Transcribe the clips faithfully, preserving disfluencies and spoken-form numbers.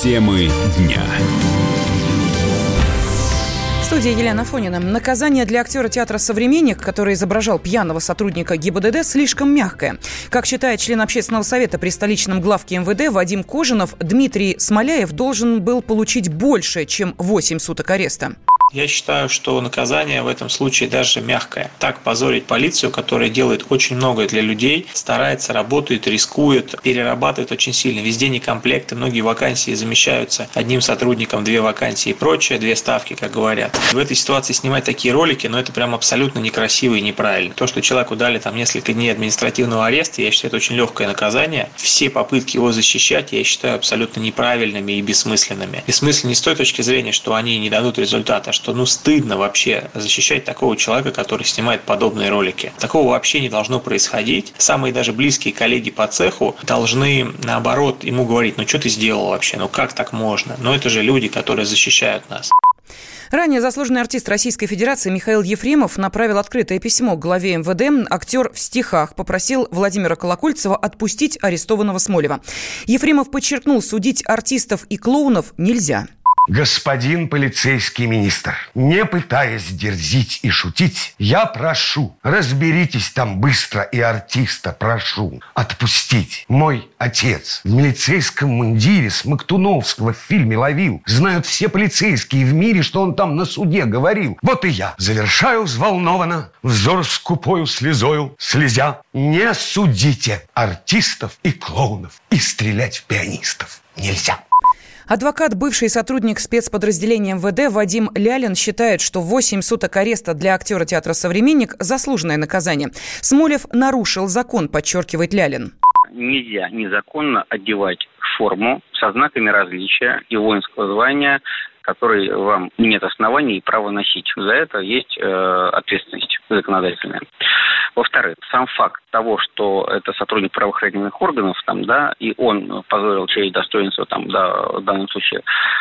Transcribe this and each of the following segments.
Темы дня. В студии Елена Афонина. Наказание для актера театра «Современник», который изображал пьяного сотрудника ГИБДД, слишком мягкое. Как считает член общественного совета при столичном главке эм вэ дэ Вадим Кожинов, Дмитрий Смоляев должен был получить больше, чем восемь суток ареста. Я считаю, что наказание в этом случае даже мягкое. Так позорить полицию, которая делает очень многое для людей, старается, работает, рискует, перерабатывает очень сильно. Везде некомплекты, многие вакансии замещаются одним сотрудником, две вакансии и прочее, две ставки, как говорят. В этой ситуации снимать такие ролики, ну это прям абсолютно некрасиво и неправильно. То, что человеку дали там несколько дней административного ареста, я считаю, это очень легкое наказание. Все попытки его защищать, я считаю, абсолютно неправильными и бессмысленными. Бессмысленно не с той точки зрения, что они не дадут результата, что ну стыдно вообще защищать такого человека, который снимает подобные ролики. Такого вообще не должно происходить. Самые даже близкие коллеги по цеху должны, наоборот, ему говорить: ну что ты сделал вообще, ну как так можно? Но это же люди, которые защищают нас. Ранее заслуженный артист Российской Федерации Михаил Ефремов направил открытое письмо к главе эм вэ дэ. Актер в стихах попросил Владимира Колокольцева отпустить арестованного Смолева. Ефремов подчеркнул, судить артистов и клоунов нельзя. Господин полицейский министр, не пытаясь дерзить и шутить, я прошу, разберитесь там быстро и артиста прошу отпустить. Мой отец в милицейском мундире Смоктуновского в фильме ловил. Знают все полицейские в мире, что он там на суде говорил. Вот и я завершаю взволнованно, взор скупою слезою слезя. Не судите артистов и клоунов, и стрелять в пианистов нельзя. Адвокат, бывший сотрудник спецподразделения эм вэ дэ Вадим Лялин считает, что восемь суток ареста для актера театра «Современник» – заслуженное наказание. Смолев нарушил закон, подчеркивает Лялин. Нельзя незаконно одевать форму со знаками различия и воинского звания, который вам нет оснований и права носить. За это есть э, ответственность законодательная. Во-вторых, сам факт того, что это сотрудник правоохранительных органов, там, да, и он позорил честь, достоинство, там, да, в данном случае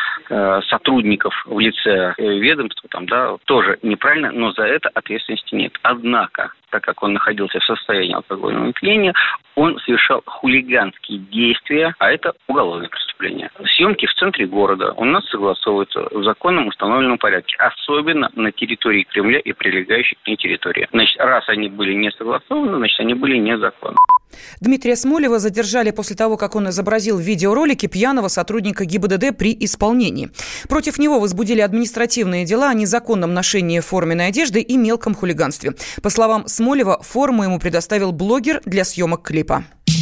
э, сотрудников в лице ведомства, там, да, тоже неправильно, но за это ответственности нет. Однако, так как он находился в состоянии алкогольного опьянения, он совершал хулиганские действия, а это уголовное преступление. Съемки в центре города у нас согласовываются в законном установленном порядке, особенно на территории Кремля и прилегающей к ней территории. Значит, раз они были не согласованы, значит, они были незаконны. Дмитрия Смолева задержали после того, как он изобразил в видеоролике пьяного сотрудника ГИБДД при исполнении. Против него возбудили административные дела о незаконном ношении форменной одежды и мелком хулиганстве. По словам Смолева, форму ему предоставил блогер для съемок клипа.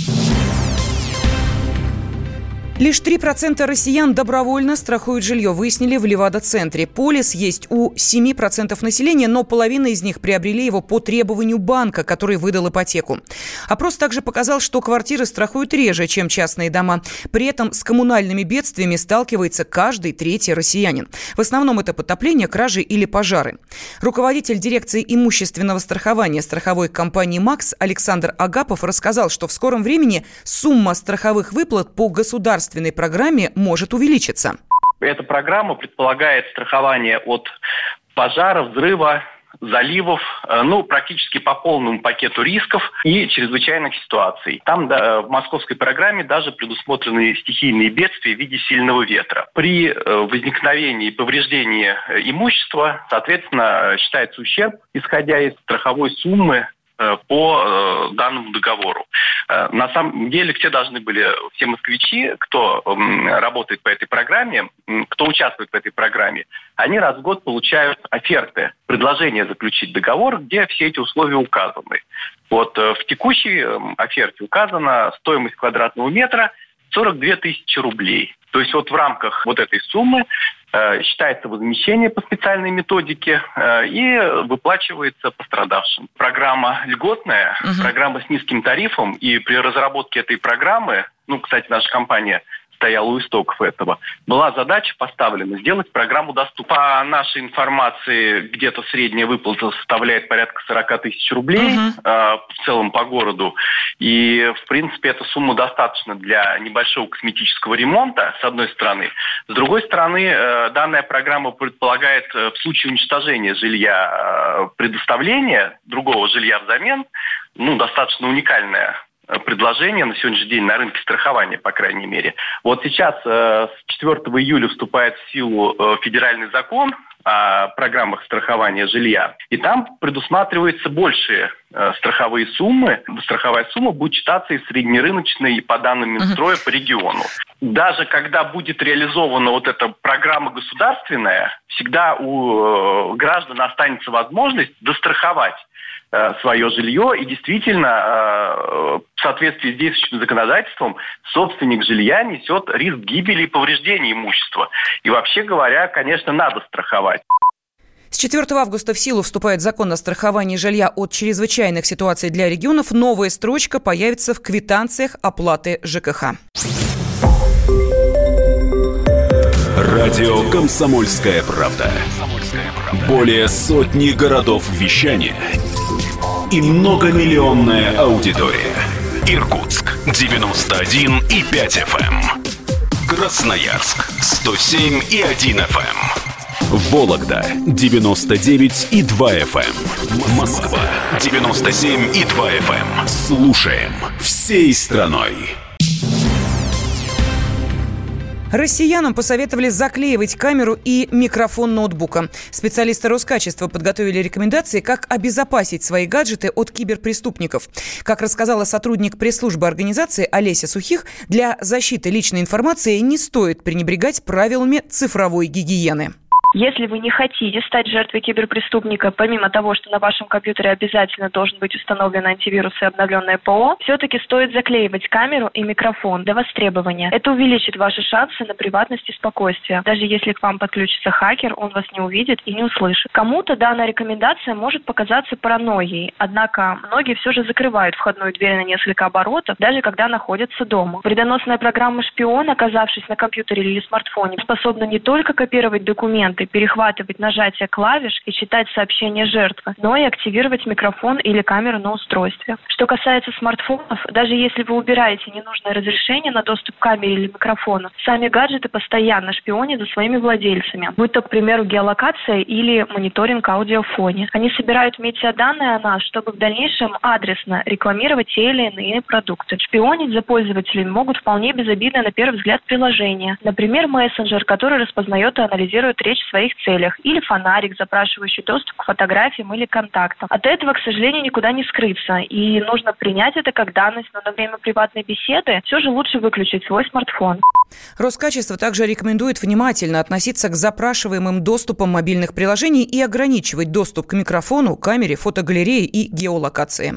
Лишь три процента россиян добровольно страхуют жилье, выяснили в Левада-центре. Полис есть у семи процентов населения, но половина из них приобрели его по требованию банка, который выдал ипотеку. Опрос также показал, что квартиры страхуют реже, чем частные дома. При этом с коммунальными бедствиями сталкивается каждый третий россиянин. В основном это потопление, кражи или пожары. Руководитель дирекции имущественного страхования страховой компании «Макс» Александр Агапов рассказал, что в скором времени сумма страховых выплат по государственной программе может увеличиться. Эта программа предполагает страхование от пожара, взрыва, заливов, ну, практически по полному пакету рисков и чрезвычайных ситуаций. Там да, в московской программе даже предусмотрены стихийные бедствия в виде сильного ветра. При возникновении повреждения имущества, соответственно, считается ущерб, исходя из страховой суммы по э, данному договору. Э, на самом деле все должны были, все москвичи, кто э, работает по этой программе, э, кто участвует в этой программе, они раз в год получают оферты, предложение заключить договор, где все эти условия указаны. Вот э, в текущей э, оферте указана стоимость квадратного метра сорок две тысячи рублей. То есть вот в рамках вот этой суммы э, считается возмещение по специальной методике э, и выплачивается пострадавшим. Программа льготная, угу. программа с низким тарифом, и при разработке этой программы, ну, кстати, наша компания стояла у истоков этого, была задача поставлена сделать программу доступной. По нашей информации, где-то средняя выплата составляет порядка сорок тысяч рублей uh-huh. э, в целом по городу. И, в принципе, эта сумма достаточна для небольшого косметического ремонта, с одной стороны. С другой стороны, э, данная программа предполагает э, в случае уничтожения жилья э, предоставление другого жилья взамен, ну, достаточно уникальная предложение на сегодняшний день на рынке страхования, по крайней мере. Вот сейчас с четвёртого июля вступает в силу федеральный закон о программах страхования жилья. И там предусматриваются большие э, страховые суммы. Страховая сумма будет считаться из среднерыночной по данным Минстроя uh-huh. по региону. Даже когда будет реализована вот эта программа государственная, всегда у э, граждан останется возможность достраховать э, свое жилье. И действительно, э, в соответствии с действующим законодательством, собственник жилья несет риск гибели и повреждения имущества. И вообще говоря, конечно, надо страховать. С четвёртого августа в силу вступает закон о страховании жилья от чрезвычайных ситуаций для регионов. Новая строчка появится в квитанциях оплаты ЖКХ. Радио «Комсомольская правда». Более сотни городов вещания и многомиллионная аудитория. Иркутск девяносто один и пять эф эм. Красноярск сто семь и один эф эм. Вологда девяносто девять и два эф эм. Москва девяносто семь и два эф эм. Слушаем всей страной. Россиянам посоветовали заклеивать камеру и микрофон ноутбука. Специалисты Роскачества подготовили рекомендации, как обезопасить свои гаджеты от киберпреступников. Как рассказала сотрудник пресс-службы организации Олеся Сухих, для защиты личной информации не стоит пренебрегать правилами цифровой гигиены. Если вы не хотите стать жертвой киберпреступника, помимо того, что на вашем компьютере обязательно должен быть установлен антивирус и обновленное ПО, все-таки стоит заклеивать камеру и микрофон до востребования. Это увеличит ваши шансы на приватность и спокойствие. Даже если к вам подключится хакер, он вас не увидит и не услышит. Кому-то данная рекомендация может показаться паранойей, однако многие все же закрывают входную дверь на несколько оборотов, даже когда находятся дома. Вредоносная программа «Шпион», оказавшись на компьютере или смартфоне, способна не только копировать документы, перехватывать нажатие клавиш и читать сообщения жертвы, но и активировать микрофон или камеру на устройстве. Что касается смартфонов, даже если вы убираете ненужное разрешение на доступ к камере или микрофону, сами гаджеты постоянно шпионят за своими владельцами, будь то, к примеру, геолокация или мониторинг аудиофоне. Они собирают метаданные о нас, чтобы в дальнейшем адресно рекламировать те или иные продукты. Шпионить за пользователями могут вполне безобидно на первый взгляд приложения. Например, мессенджер, который распознает и анализирует речь в своих целях, или фонарик, запрашивающий доступ к фотографиям или контактам. От этого, к сожалению, никуда не скрыться, и нужно принять это как данность, но на время приватной беседы все же лучше выключить свой смартфон. Роскачество также рекомендует внимательно относиться к запрашиваемым доступам мобильных приложений и ограничивать доступ к микрофону, камере, фотогалерее и геолокации.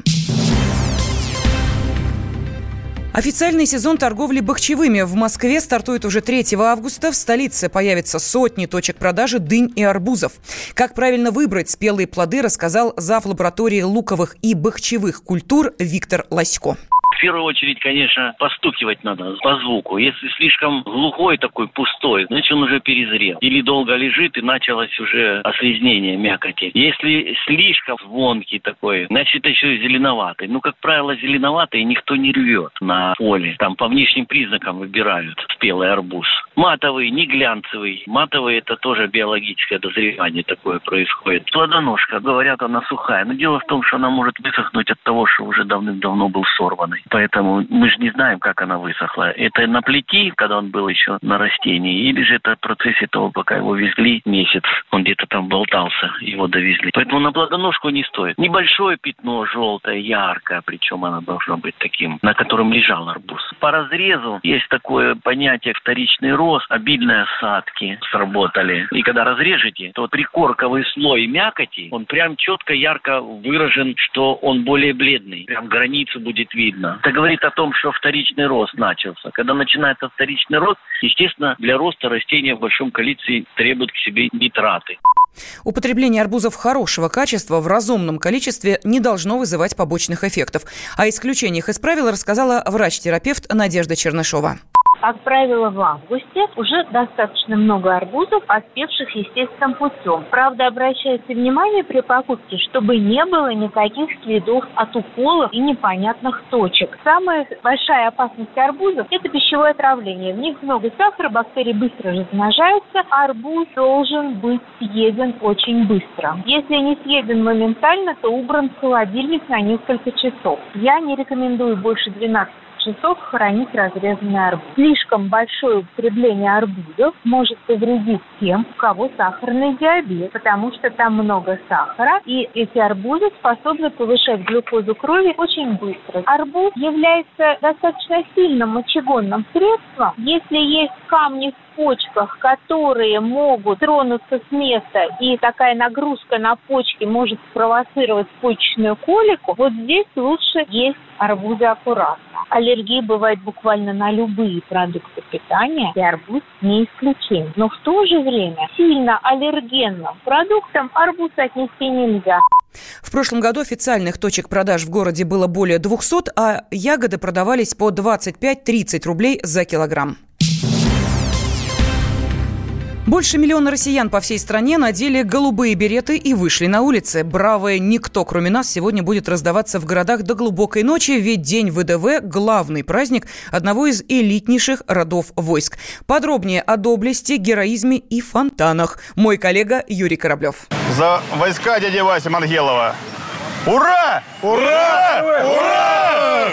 Официальный сезон торговли бахчевыми в Москве стартует уже третьего августа. В столице появятся сотни точек продажи дынь и арбузов. Как правильно выбрать спелые плоды, рассказал зав. Лаборатории луковых и бахчевых культур Виктор Лосько. В первую очередь, конечно, постукивать надо по звуку. Если слишком глухой такой, пустой, значит, он уже перезрел. Или долго лежит, и началось уже ослизнение мякоти. Если слишком звонкий такой, значит, это еще и зеленоватый. Ну, как правило, зеленоватый никто не рвет на поле. Там по внешним признакам выбирают спелый арбуз. Матовый, не глянцевый. Матовый – это тоже биологическое дозревание такое происходит. Плодоножка, говорят, она сухая. Но дело в том, что она может высохнуть от того, что уже давным-давно был сорванный. Поэтому мы же не знаем, как она высохла. Это на плети, когда он был еще на растении, или же это в процессе того, пока его везли месяц, он где-то там болтался, его довезли. Поэтому на плодоножку не стоит. Небольшое пятно желтое, яркое, причем оно должно быть таким, на котором лежал арбуз. По разрезу есть такое понятие вторичный рост, обильные осадки сработали. И когда разрежете, то прикорковый слой мякоти, он прям четко, ярко выражен, что он более бледный. Прям границу будет видно. Это говорит о том, что вторичный рост начался. Когда начинается вторичный рост, естественно, для роста растения в большом количестве требуют к себе нитраты. Употребление арбузов хорошего качества в разумном количестве не должно вызывать побочных эффектов. О исключениях из правил рассказала врач-терапевт Надежда Чернышова. Как правило, в августе уже достаточно много арбузов, поспевших естественным путем. Правда, обращайте внимание при покупке, чтобы не было никаких следов от уколов и непонятных точек. Самая большая опасность арбузов – это пищевое отравление. В них много сахара, бактерии быстро размножаются. Арбуз должен быть съеден очень быстро. Если не съеден моментально, то убран в холодильник на несколько часов. Я не рекомендую больше двенадцати часов хранить разрезанный арбуз. Слишком большое употребление арбузов может повредить тем, у кого сахарный диабет, потому что там много сахара, и эти арбузы способны повышать глюкозу крови очень быстро. Арбуз является достаточно сильным мочегонным средством. Если есть камни в почках, которые могут тронуться с места, и такая нагрузка на почки может спровоцировать почечную колику, вот здесь лучше есть арбузы аккуратно. Аллергии бывают буквально на любые продукты питания, и арбуз не исключение. Но в то же время сильно аллергенным продуктам арбуз отнести нельзя. В прошлом году официальных точек продаж в городе было более двухсот, а ягоды продавались по двадцать пять - тридцать рублей за килограмм. Больше миллиона россиян по всей стране надели голубые береты и вышли на улицы. Бравое «Никто, кроме нас» сегодня будет раздаваться в городах до глубокой ночи, ведь День ВДВ – главный праздник одного из элитнейших родов войск. Подробнее о доблести, героизме и фонтанах мой коллега Юрий Кораблев. За войска дяди Васи Мангелова! Ура! Ура! Ура!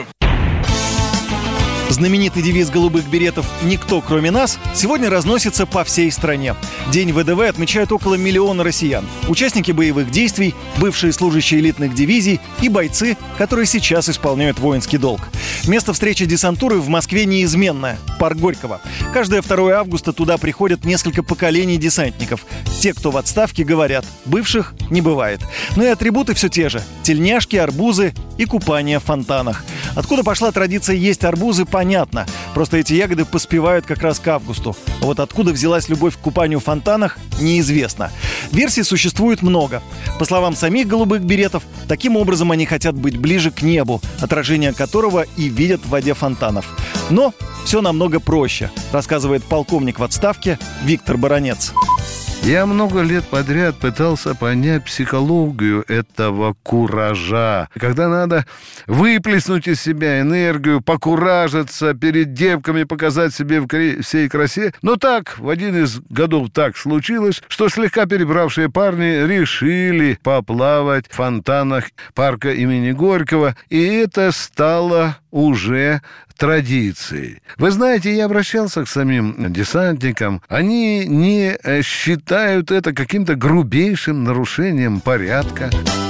Знаменитый девиз голубых беретов «Никто, кроме нас» сегодня разносится по всей стране. День ВДВ отмечают около миллиона россиян. Участники боевых действий, бывшие служащие элитных дивизий и бойцы, которые сейчас исполняют воинский долг. Место встречи десантуры в Москве неизменное – парк Горького. Каждое второе августа туда приходят несколько поколений десантников. Те, кто в отставке, говорят, бывших не бывает. Но и атрибуты все те же – тельняшки, арбузы и купание в фонтанах. Откуда пошла традиция есть арбузы, понятно. Просто эти ягоды поспевают как раз к августу. А вот откуда взялась любовь к купанию в фонтанах, неизвестно. Версий существует много. По словам самих голубых беретов, таким образом они хотят быть ближе к небу, отражение которого и видят в воде фонтанов. Но все намного проще, рассказывает полковник в отставке Виктор Баранец. Я много лет подряд пытался понять психологию этого куража. Когда надо выплеснуть из себя энергию, покуражиться перед девками, показать себе в всей красе. Но так, в один из годов так случилось, что слегка перебравшие парни решили поплавать в фонтанах парка имени Горького. И это стало уже традицией. Вы знаете, я обращался к самим десантникам. Они не считают это каким-то грубейшим нарушением порядка.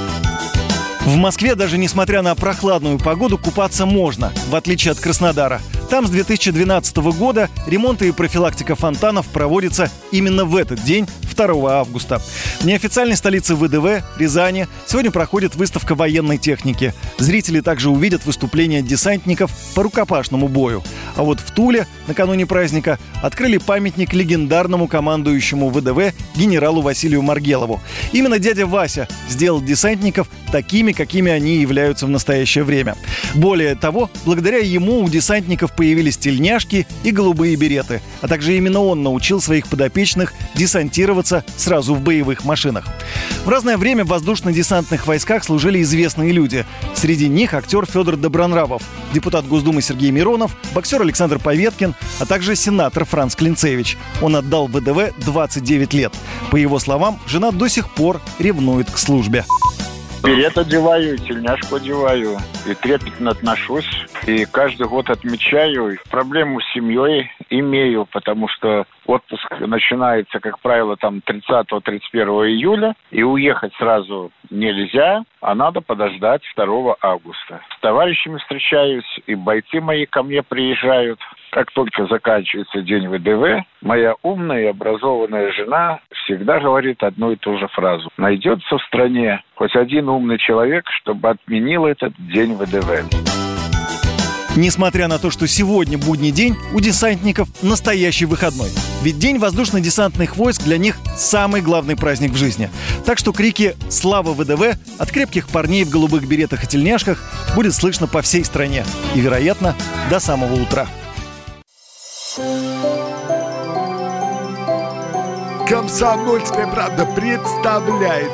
В Москве, даже несмотря на прохладную погоду, купаться можно, в отличие от Краснодара. Там с две тысячи двенадцатого года ремонты и профилактика фонтанов проводятся именно в этот день, второго августа. В неофициальной столице ВДВ, Рязани, сегодня проходит выставка военной техники. Зрители также увидят выступления десантников по рукопашному бою. А вот в Туле, накануне праздника, открыли памятник легендарному командующему ВДВ генералу Василию Маргелову. Именно дядя Вася сделал десантников такими, какими они являются в настоящее время. Более того, благодаря ему у десантников появились тельняшки и голубые береты, а также именно он научил своих подопечных десантироваться сразу в боевых машинах. В разное время в воздушно-десантных войсках служили известные люди. Среди них актер Федор Добронравов, депутат Госдумы Сергей Миронов, боксер Александр Поветкин, а также сенатор Франц Клинцевич. Он отдал ВДВ двадцать девять лет. По его словам, жена до сих пор ревнует к службе. Берет одеваю, тельняшку одеваю, и трепетно отношусь, и каждый год отмечаю. Проблему с семьей имею, потому что отпуск начинается, как правило, там тридцатого — тридцать первого июля, и уехать сразу нельзя, а надо подождать второго августа. С товарищами встречаюсь, и бойцы мои ко мне приезжают. Как только заканчивается день ВДВ, моя умная и образованная жена всегда говорит одну и ту же фразу. Найдется в стране хоть один умный человек, чтобы отменил этот день ВДВ. Несмотря на то, что сегодня будний день, у десантников настоящий выходной. Ведь День воздушно-десантных войск для них самый главный праздник в жизни. Так что крики «Слава ВДВ» от крепких парней в голубых беретах и тельняшках будет слышно по всей стране. И, вероятно, до самого утра. Комсомольская правда представляет.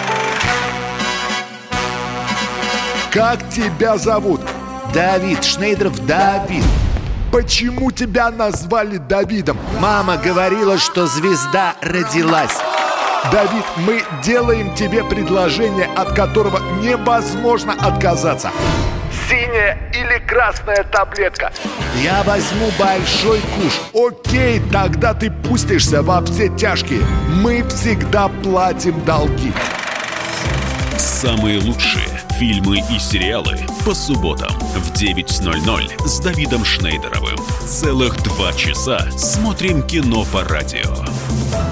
Как тебя зовут? Давид Шнейдров Давид. Почему тебя назвали Давидом? Мама говорила, что звезда родилась. Давид, мы делаем тебе предложение, от которого невозможно отказаться. Синяя или красная таблетка? Я возьму большой куш. Окей, тогда ты пустишься во все тяжкие. Мы всегда платим долги. Самые лучшие фильмы и сериалы по субботам в девять ноль ноль с Давидом Шнейдеровым. Целых два часа смотрим кино по радио.